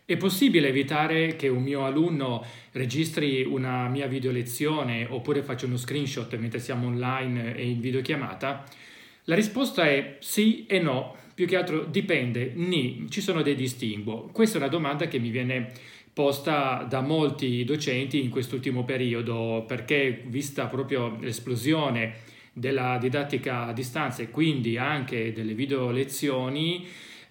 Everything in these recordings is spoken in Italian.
È possibile evitare che un mio alunno registri una mia video lezione oppure faccia uno screenshot mentre siamo online e in videochiamata? La risposta è sì e no, più che altro dipende, ci sono dei distinguo. Questa è una domanda che mi viene posta da molti docenti in quest'ultimo periodo, perché vista proprio l'esplosione della didattica a distanza e quindi anche delle video lezioni,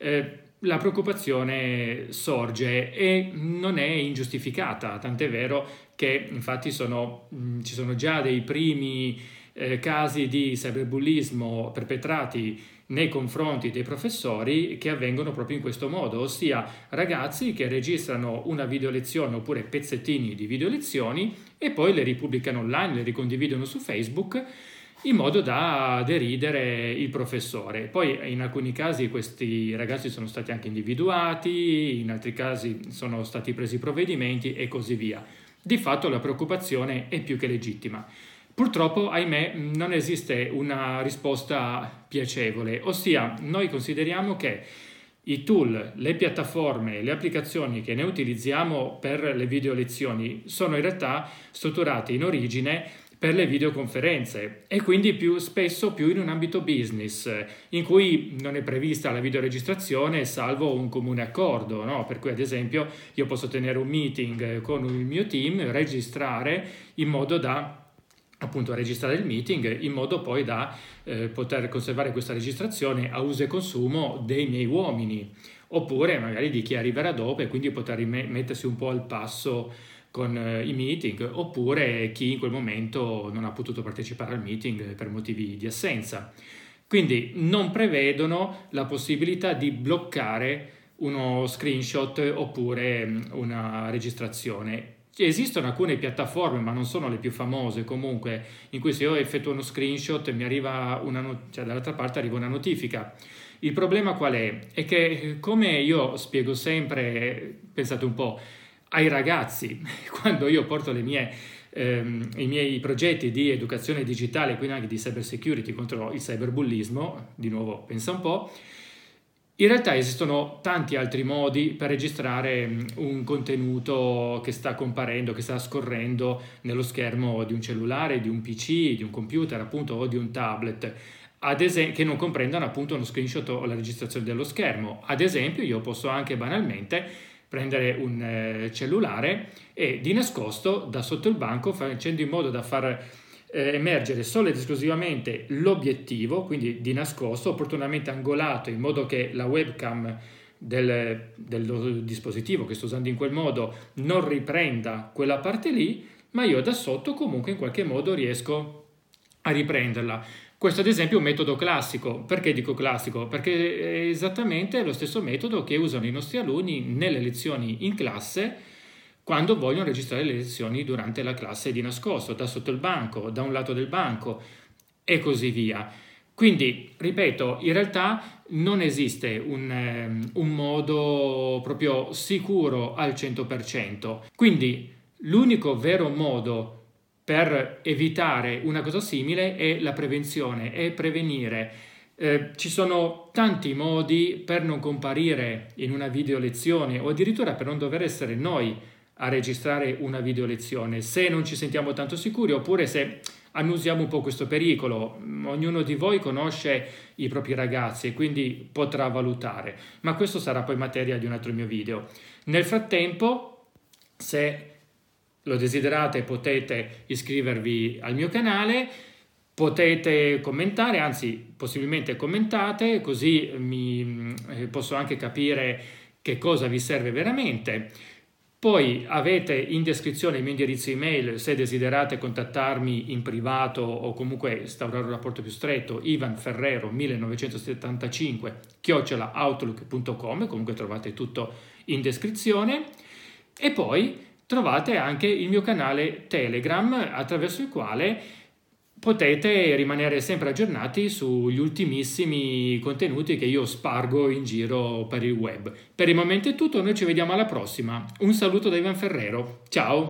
la preoccupazione sorge e non è ingiustificata, tant'è vero che infatti ci sono già dei primi casi di cyberbullismo perpetrati nei confronti dei professori che avvengono proprio in questo modo, ossia ragazzi che registrano una video lezione oppure pezzettini di video lezioni e poi le ripubblicano online, le ricondividono su Facebook in modo da deridere il professore. Poi in alcuni casi questi ragazzi sono stati anche individuati, in altri casi sono stati presi provvedimenti e così via. Di fatto la preoccupazione è più che legittima. Purtroppo, ahimè, non esiste una risposta piacevole, ossia noi consideriamo che i tool, le piattaforme, le applicazioni che ne utilizziamo per le video lezioni sono in realtà strutturate in origine per le videoconferenze e quindi più spesso più in un ambito business in cui non è prevista la videoregistrazione salvo un comune accordo, no? Per cui ad esempio io posso tenere un meeting con il mio team, registrare in modo da appunto registrare il meeting in modo poi da poter conservare questa registrazione a uso e consumo dei miei uomini oppure magari di chi arriverà dopo e quindi poter mettersi un po' al passo con i meeting oppure chi in quel momento non ha potuto partecipare al meeting per motivi di assenza. Quindi non prevedono la possibilità di bloccare uno screenshot oppure una registrazione. Esistono alcune piattaforme, ma non sono le più famose comunque, in cui se io effettuo uno screenshot mi arriva dall'altra parte arriva una notifica. Il problema qual è? È che come io spiego sempre, pensate un po', ai ragazzi, quando io porto i miei progetti di educazione digitale, quindi anche di cyber security contro il cyberbullismo, di nuovo pensa un po', in realtà esistono tanti altri modi per registrare un contenuto che sta comparendo, che sta scorrendo nello schermo di un cellulare, di un PC, di un computer appunto o di un tablet, che non comprendano appunto uno screenshot o la registrazione dello schermo. Ad esempio io posso anche banalmente prendere un cellulare e di nascosto da sotto il banco facendo in modo da far emergere solo ed esclusivamente l'obiettivo, quindi di nascosto, opportunamente angolato in modo che la webcam del dispositivo che sto usando in quel modo non riprenda quella parte lì, ma io da sotto comunque in qualche modo riesco a riprenderla. Questo ad esempio è un metodo classico. Perché dico classico? Perché è esattamente lo stesso metodo che usano i nostri alunni nelle lezioni in classe quando vogliono registrare le lezioni durante la classe di nascosto, da sotto il banco, da un lato del banco e così via. Quindi, ripeto, in realtà non esiste un modo proprio sicuro al 100%. Quindi l'unico vero modo per evitare una cosa simile è la prevenzione, è prevenire. Ci sono tanti modi per non comparire in una video lezione o addirittura per non dover essere noi a registrare una video lezione se non ci sentiamo tanto sicuri oppure se annusiamo un po' questo pericolo. Ognuno di voi conosce i propri ragazzi e quindi potrà valutare, ma questo sarà poi materia di un altro mio video. Nel frattempo, se lo desiderate potete iscrivervi al mio canale, potete commentare, anzi possibilmente commentate, così posso anche capire che cosa vi serve veramente. Poi avete in descrizione il mio indirizzo email se desiderate contattarmi in privato o comunque instaurare un rapporto più stretto, ivanferrero1975@outlook.com, comunque trovate tutto in descrizione. E poi trovate anche il mio canale Telegram attraverso il quale potete rimanere sempre aggiornati sugli ultimissimi contenuti che io spargo in giro per il web. Per il momento è tutto, noi ci vediamo alla prossima. Un saluto da Ivan Ferrero, ciao!